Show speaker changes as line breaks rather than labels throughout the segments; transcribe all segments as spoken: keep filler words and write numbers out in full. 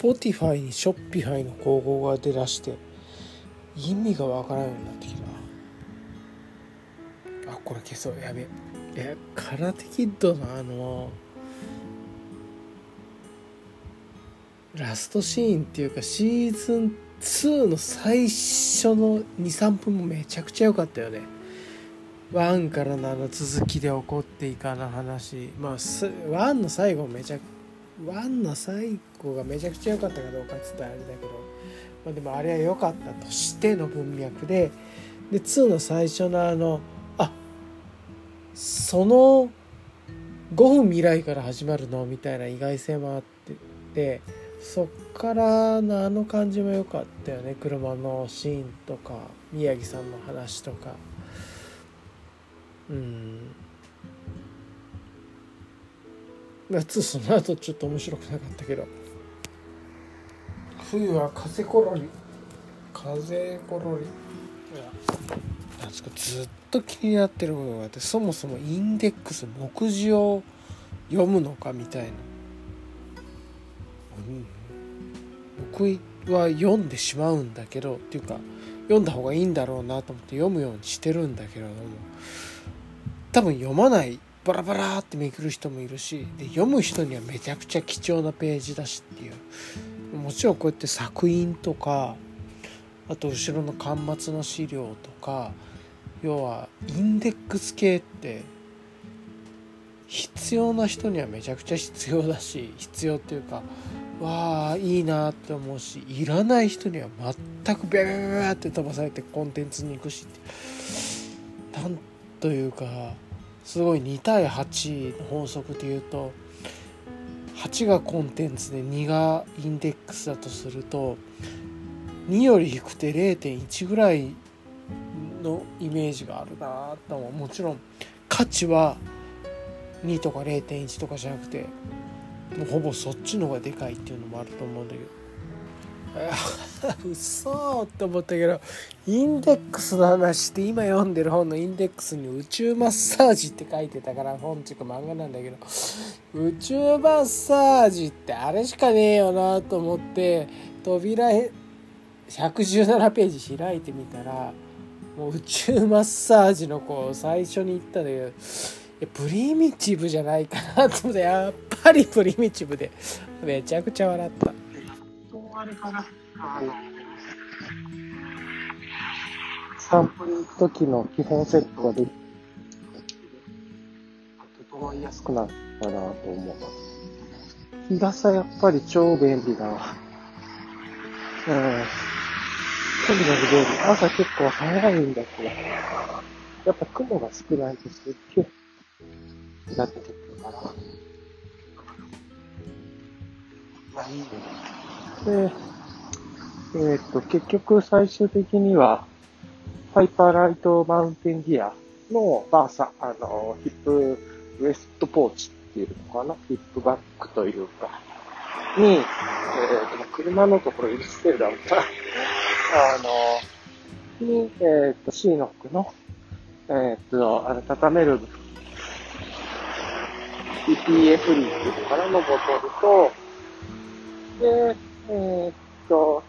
Spotify に Shopify の広告が出だして意味がわからんようになってきた。あ、これ消そう、やべえ。空手キッドのあのラストシーンっていうかシーズンツーの最初の にさんぷんもめちゃくちゃ良かったよね。ワンからのあの続きで起こっていかな話、まあワンの最後めちゃワンの最後がめちゃくちゃ良かったかどうかっつったらあれだけど、まあ、でもあれは良かったとしての文脈で、でツーの最初のあのあそのごふん未来から始まるのみたいな意外性もあってて、そっからのあの感じも良かったよね。車のシーンとか宮城さんの話とか、うん夏その後ちょっと面白くなかったけど、冬は風コロリ風コロリずっと気になってることがあって、そもそもインデックス目次を読むのかみたいな、うん、僕は読んでしまうんだけどっていうか読んだ方がいいんだろうなと思って読むようにしてるんだけれども、多分読まないバラバラってめくる人もいるし、で読む人にはめちゃくちゃ貴重なページだしっていう、もちろんこうやって作品とかあと後ろの巻末の資料とか、要はインデックス系って必要な人にはめちゃくちゃ必要だし、必要っていうかわあいいなって思うし、いらない人には全くビャビャビャビャって飛ばされてコンテンツに行くしって、なんというかすごいに対はちの法則でいうと、はちがコンテンツでにがインデックスだとすると、により低くて れいてんいち ぐらいのイメージがあるなと思う。もちろん価値はにとか れいてんいち とかじゃなくて、もうほぼそっちの方がでかいっていうのもあると思うんだけど、うそーって思ったけど、インデックスの話って今読んでる本のインデックスに宇宙マッサージって書いてたから、本っていうか漫画なんだけど、宇宙マッサージってあれしかねえよなと思って扉ひゃくじゅうななページ開いてみたら、もう宇宙マッサージのこう最初に言ったんだけど、プリミティブじゃないかなと思って、やっぱりプリミティブでめちゃくちゃ笑った。あれかな、あの散歩に行く時の基本セットができて整いやすくなったなと思う。日傘やっぱり超便利だわ。うん。とにかく便利。朝結構早いんだけど、やっぱ雲が少ないとすっげえ日が出てくるから。まあいいね。で、えー、っと、結局最終的には、ハイパーライトマウンテンギアのバーサ、あの、ヒップウエストポーチっていうのかな、ヒップバッグというか、に、えー、っと、車のところイルステルだった、あの、に、えー、っと、シーノックの、えー、っと、あの、畳める イーピーエー フリーっていうのかなのボトルと、で、えー、っと、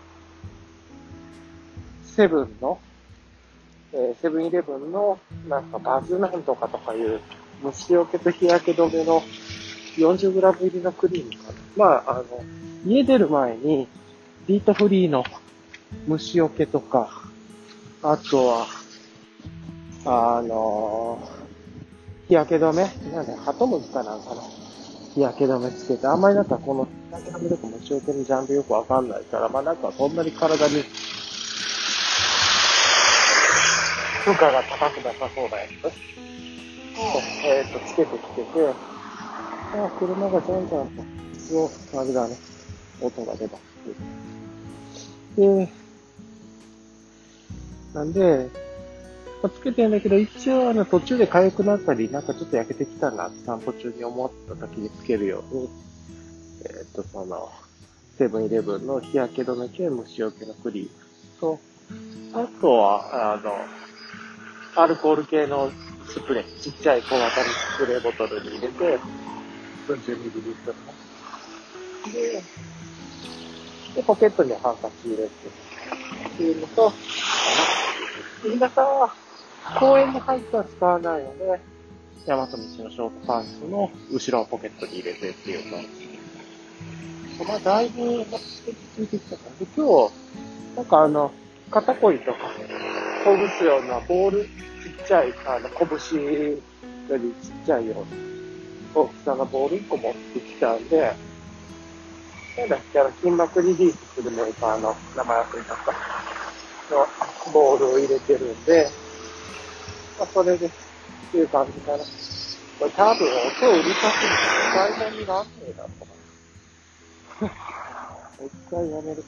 セブンの、セブンイレブンのなんかバズなんとかとかいう虫除けと日焼け止めの よんじゅうグラム 入りのクリームかな。まあ、あの、家出る前にディートフリーの虫除けとか、あとは、あの、日焼け止めなんだよ、ハトムギかなんかの日焼け止めつけて、あんまりなんかこの日焼け止めとか虫除けのジャンルよくわかんないから、まあなんかそんなに体に負荷が高くなさそうなやつを、えっ、ー、と、つけてきてて、あ、車がじゃんじゃんと、お、あれだね、音が出た。で、なんで、まあ、つけてんだけど、一応あの途中で痒くなったり、なんかちょっと焼けてきたなって散歩中に思った時につけるように、えっ、ー、と、その、セブンイレブンの日焼け止め系虫除けのクリームと、あとは、あの、アルコール系のスプレー、ちっちゃい小型のスプレーボトルに入れて、じゅうミリリットルの。で、 で、ポケットにハンカチ入れて、っていうのと、新潟は公園に入っては使わないので、大和道のショートパンツの後ろのポケットに入れてっていう感じ。まあ、だいぶ、まあ、ついてきたからで、今日、なんかあの、肩こりとか、ほぐすようなボール、ちっちゃい、あの、拳よりちっちゃいような大きさのボールいっこ持ってきたんで、なんだっけ、あの、筋膜リリースするメーカーの名前忘れちゃったのボールを入れてるんで、まあ、それで、っていう感じかな。これ多分音をうるさすぎて使い物になんねえだろうな。一回やめる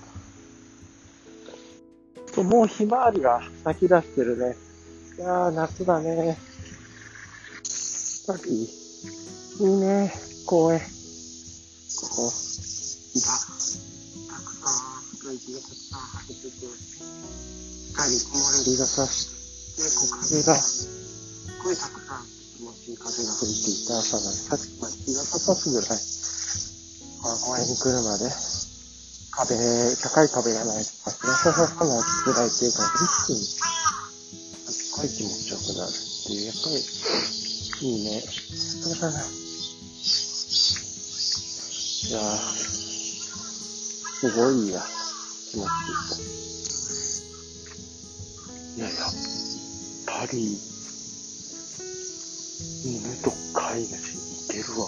か。もうひまわりが咲き出してるね。いやー、夏だね。やっぱり、いいね、公園。ここ、木が、たくさん、深い木がたくさん生えてて、光、木漏れ日が差して、こう風が、すごいたくさん気持ちいい風が吹いていた朝なんで、さっきまで日が差すぐらい、この公園に来るまで、壁、高い壁がないとか、日が差さないぐらいっていうか、一気に、すごい気持ちよくなるっていう、やっぱり、いいね。それから、いやー、すごいや、気持ちいい。いや、やっぱり、犬と飼い主似てるわ。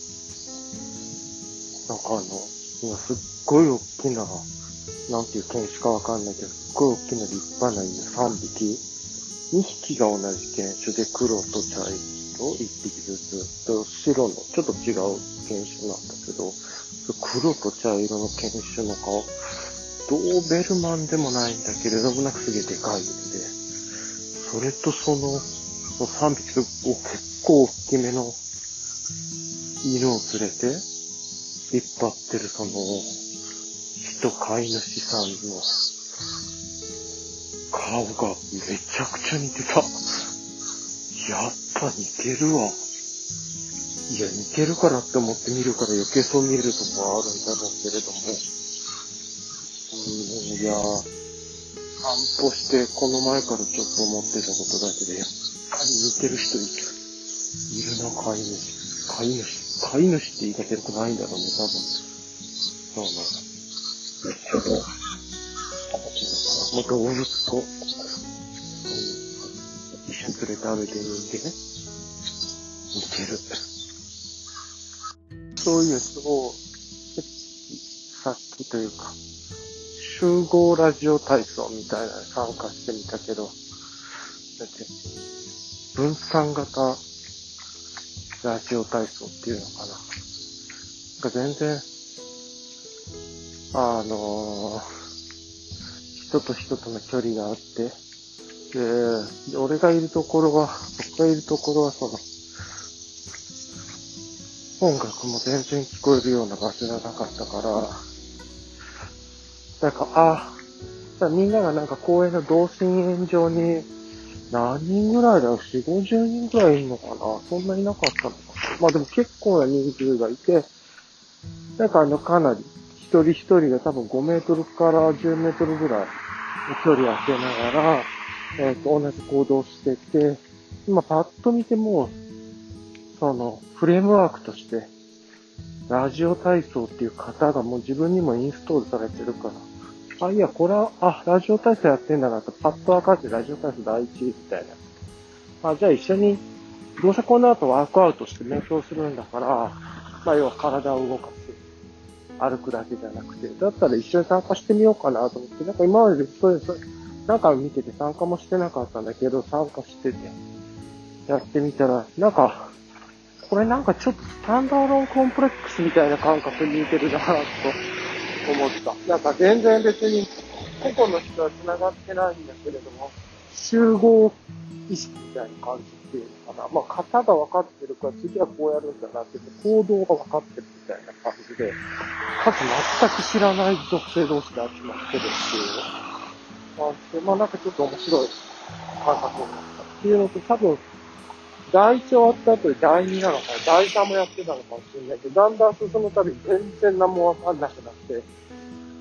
なんかあの、今すっごい大きな、なんていう犬種かわかんないけど、すっごい大きな立派な犬さんびき。にひきが同じ犬種で黒と茶色、いっぴきずつ、と白のちょっと違う犬種なんだけど、黒と茶色の犬種の顔、ドーベルマンでもないんだけれども、なんかすげえでかい犬で、それとその、さんびきと結構大きめの犬を連れて、引っ張ってるその、人飼い主さんの顔がめちゃくちゃ似てた。やっぱ似てるわ。いや、似てるからって思って見るから余計そう見えるところはあるんだろうけれども。うん、いやー、散歩してこの前からちょっと思ってたことだけで、やっぱり似てる人いる。いるな、飼い主。飼い主。飼い主って言い方良くないんだろうね、多分。そうね。もう動物と、うん、一緒に連れて歩いてるんでね。似てる。そういうのを、さっきというか、集合ラジオ体操みたいなのに参加してみたけど、だって分散型ラジオ体操っていうのかな。なんか全然、あのー、人と人との距離があって、で、俺がいるところは、僕がいるところはその、音楽も全然聞こえるような場所じゃなかったから、なんか、あ、みんながなんか公園の同心円状に、何人ぐらいだろう ?よんじゅう、ごじゅうにんぐらいいるのかな、そんなになかったのかな。まあでも結構な人数がいて、なんかあのかなり、一人一人が多分ごメートルからじゅうメートルぐらい距離を空けながら、えっと、同じ行動してて、今パッと見ても、その、フレームワークとして、ラジオ体操っていう型がもう自分にもインストールされてるから、あ、いや、これは、あ、ラジオ体操やってんだなと、パッと分かってラジオ体操第一みたいな。あ、じゃあ一緒に、どうせこの後ワークアウトして瞑想するんだから、まあ要は体を動かす。歩くだけじゃなくて、だったら一緒に参加してみようかなと思って、なんか今までそういう、なんか見てて参加もしてなかったんだけど、参加してて、やってみたら、なんか、これなんかちょっとスタンダーロンコンプレックスみたいな感覚に似てるなぁと思った。なんか全然別に個々の人は繋がってないんだけれども、集合意識みたいな感じっていうのかな。まあ型が分かってるから次はこうやるんだなって行動が分かってるみたいな感じで、かつ全く知らない女性同士で集まってるっていう感じで、まあなんかちょっと面白い感覚になったっていうのと、多分だいいち終わった後でだいになのかな、だいさんもやってたのかもしれないけど、だんだん進むたびに全然何もわかんなくなって、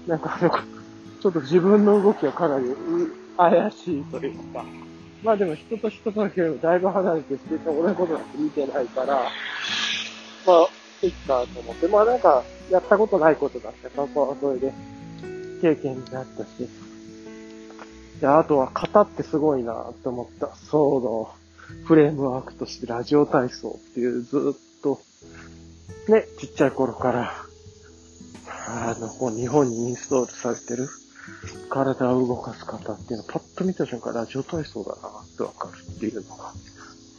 なんかあの、ちょっと自分の動きはかなり怪しいというか、まあでも人と人とだけでもだいぶ離れてて、俺のことなんて見てないから、まあ、いいかと思って、まあなんか、やったことないことだったから、それで経験になったし、で、あとは型ってすごいなと思った。そうの、フレームワークとしてラジオ体操っていうずっと、ね、ちっちゃい頃から、あの、こう日本にインストールされてる体を動かす方っていうのをパッと見た瞬間ラジオ体操だなってわかるっていうのがあって、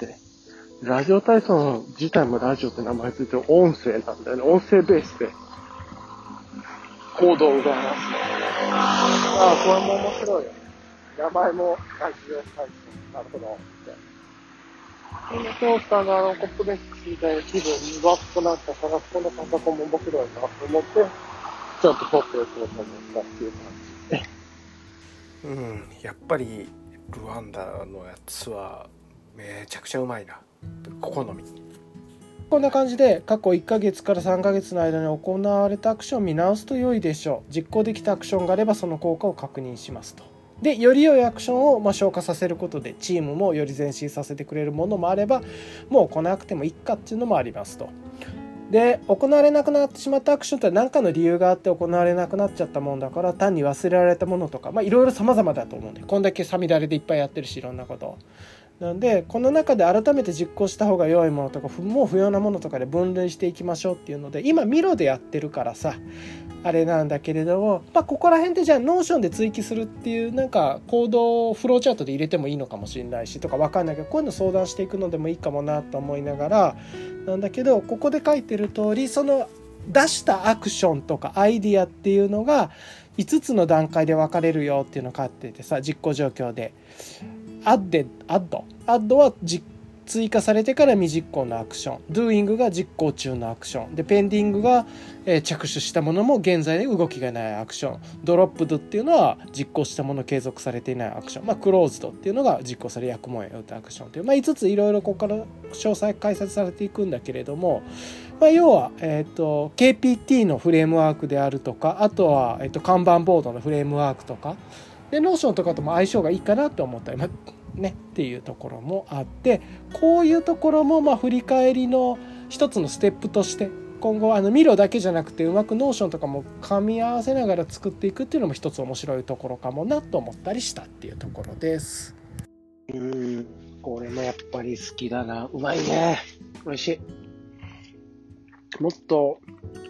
ラジオ体操自体もラジオって名前ついてる音声なんだよね。音声ベースで行動を奪いますね。ああ、これも面白いよね。名前もラジオ体操。なるほど。このトーカーのあのコップレックスみたいな気分にわっとなったから、このパソコンも面白いなと思って、ちょっと撮っておこうと思ったっていう感じで。うん、やっぱりルワンダのやつはめちゃくちゃうまいな。好み。こんな感じで過去いっかげつからさんかげつの間に行われたアクションを見直すと良いでしょう。実行できたアクションがあればその効果を確認しますと。で、より良いアクションをまあ消化させることでチームもより前進させてくれるものもあれば、もう来なくてもいいかっていうのもありますと。で、行われなくなってしまったアクションって何かの理由があって行われなくなっちゃったもんだから、単に忘れられたものとか、まあいろいろ様々だと思うんで、こんだけさみだれでいっぱいやってるし、いろんなことを。なんでこの中で改めて実行した方が良いものとかもう不要なものとかで分類していきましょうっていうので、今ミロでやってるからさあれなんだけれども、まあここら辺でじゃあノーションで追記するっていうなんかコードをフローチャートで入れてもいいのかもしれないしとか分かんないけど、こういうの相談していくのでもいいかもなと思いながらなんだけど、ここで書いてる通りその出したアクションとかアイディアっていうのがいつつの段階で分かれるよっていうのがあっててさ、実行状況でアッデアッドアッドは追加されてから未実行のアクション、doing が実行中のアクションで、ペンディングが、えー、着手したものも現在で動きがないアクション、ドロップドっていうのは実行したもの継続されていないアクション、まあクローズドっていうのが実行され役もやるアクションという、まあ、いつついろいろここから詳細解説されていくんだけれども、まあ、要は、えーと、ケーピーティー のフレームワークであるとか、あとは、えーと、看板ボードのフレームワークとかで、ノーションとかとも相性がいいかなと思ったり、まあね、っていうところもあって、こういうところもまあ振り返りの一つのステップとして今後あのミロだけじゃなくてうまくノーションとかも噛み合わせながら作っていくっていうのも一つ面白いところかもなと思ったりしたっていうところです。うーん、これもやっぱり好きだな。うまいね。美味しい。もっと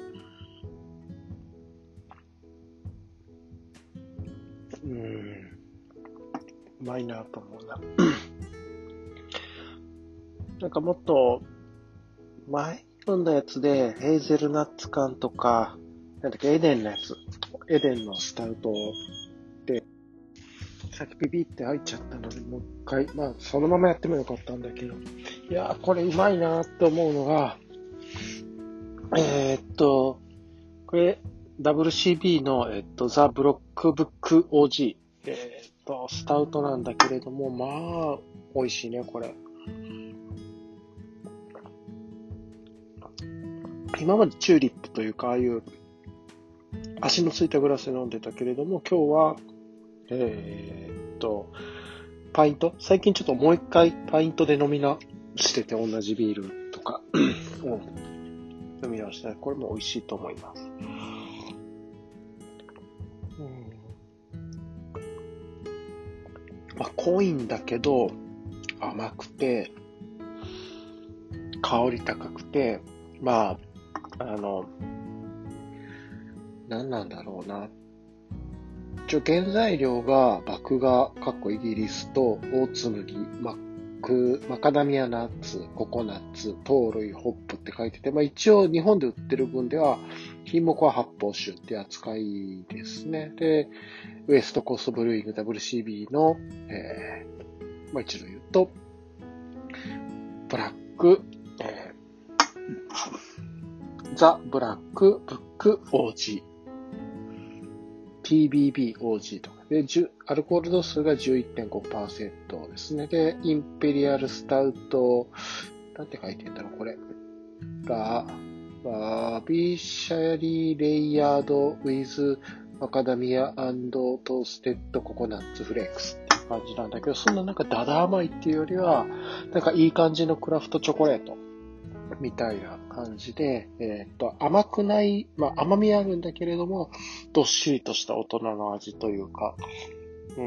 うーんうまいなと思うな。なんかもっと前飲んだやつでヘーゼルナッツ缶とか、なんだっけエデンのやつ、エデンのスタウトでさっきビビって入っちゃったので、もう一回まあそのままやってもよかったんだけど、いやーこれうまいなって思うのが、えー、っとこれ ダブリューシービー のえっとザ・ブロックブック オージー、えー、っとスタウトなんだけれども、まあ美味しいねこれ。今までチューリップというかああいう足のついたグラスで飲んでたけれども、今日はえー、っとパイント、最近ちょっともう一回パイントで飲みなしてて、同じビールとかを飲み直して、これも美味しいと思います。うん、まあ濃いんだけど甘くて香り高くて、まああの何なんだろうな。一応原材料が麦芽、かっこイギリスとオーツ麦、マク、マカダミアナッツ、ココナッツ、糖類、ホップって書いてて、まあ一応日本で売ってる分では品目は発泡酒って扱いですね。で、ウエストコーストブルーイング ダブリューシービー の、えー、まあ一度言うと、ブラック、えー、ザ・ブラックブック オージー。ピービービー オージー とかで、アルコール度数が じゅういってんごパーセント ですね。で、インペリアルスタウト、なんて書いてんだろう、これ。が、バービーシャリーレイヤードウィズマカダミア&トーステッドココナッツフレークスっていう感じなんだけど、そんななんかダダ甘いっていうよりは、なんかいい感じのクラフトチョコレートみたいな感じで、えーっと、甘くない、まあ甘みあるんだけれども、どっしりとした大人の味というか、うん、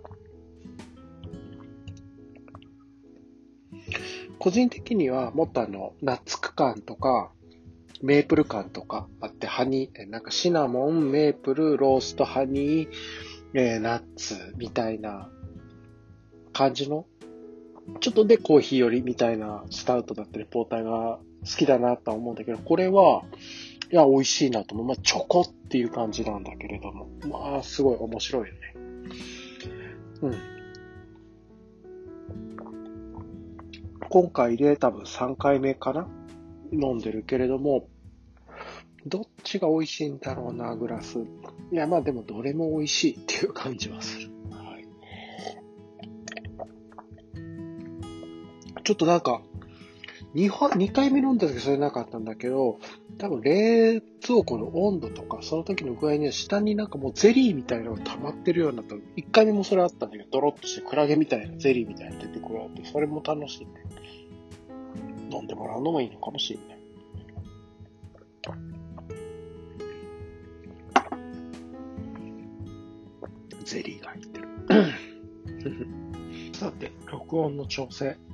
個人的にはもっとあの、ナッツク感とか、メープル感とかあって、ハニー、なんかシナモン、メープル、ロースト、ハニー、えー、ナッツみたいな感じの、ちょっとでコーヒー寄りみたいなスタウトだったり、ポーターが好きだなとは思うんだけど、これは、いや、美味しいなと思う。まあ、チョコっていう感じなんだけれども、まあ、すごい面白いよね。うん。今回で多分さんかいめかな飲んでるけれども、どっちが美味しいんだろうな、グラス。いや、まあでもどれも美味しいっていう感じはする。はい、ちょっとなんか、に, にかいめ飲んだ時それなかったんだけど、多分冷蔵庫の温度とか、その時の具合には下になんかもうゼリーみたいなのが溜まってるようになった。いっかいめもそれあったんだけど、ドロッとしてクラゲみたいなゼリーみたいなの出てくるので、それも楽しんで飲んでもらうのもいいのかもしれない。ゼリーが入ってる。さて、録音の調整。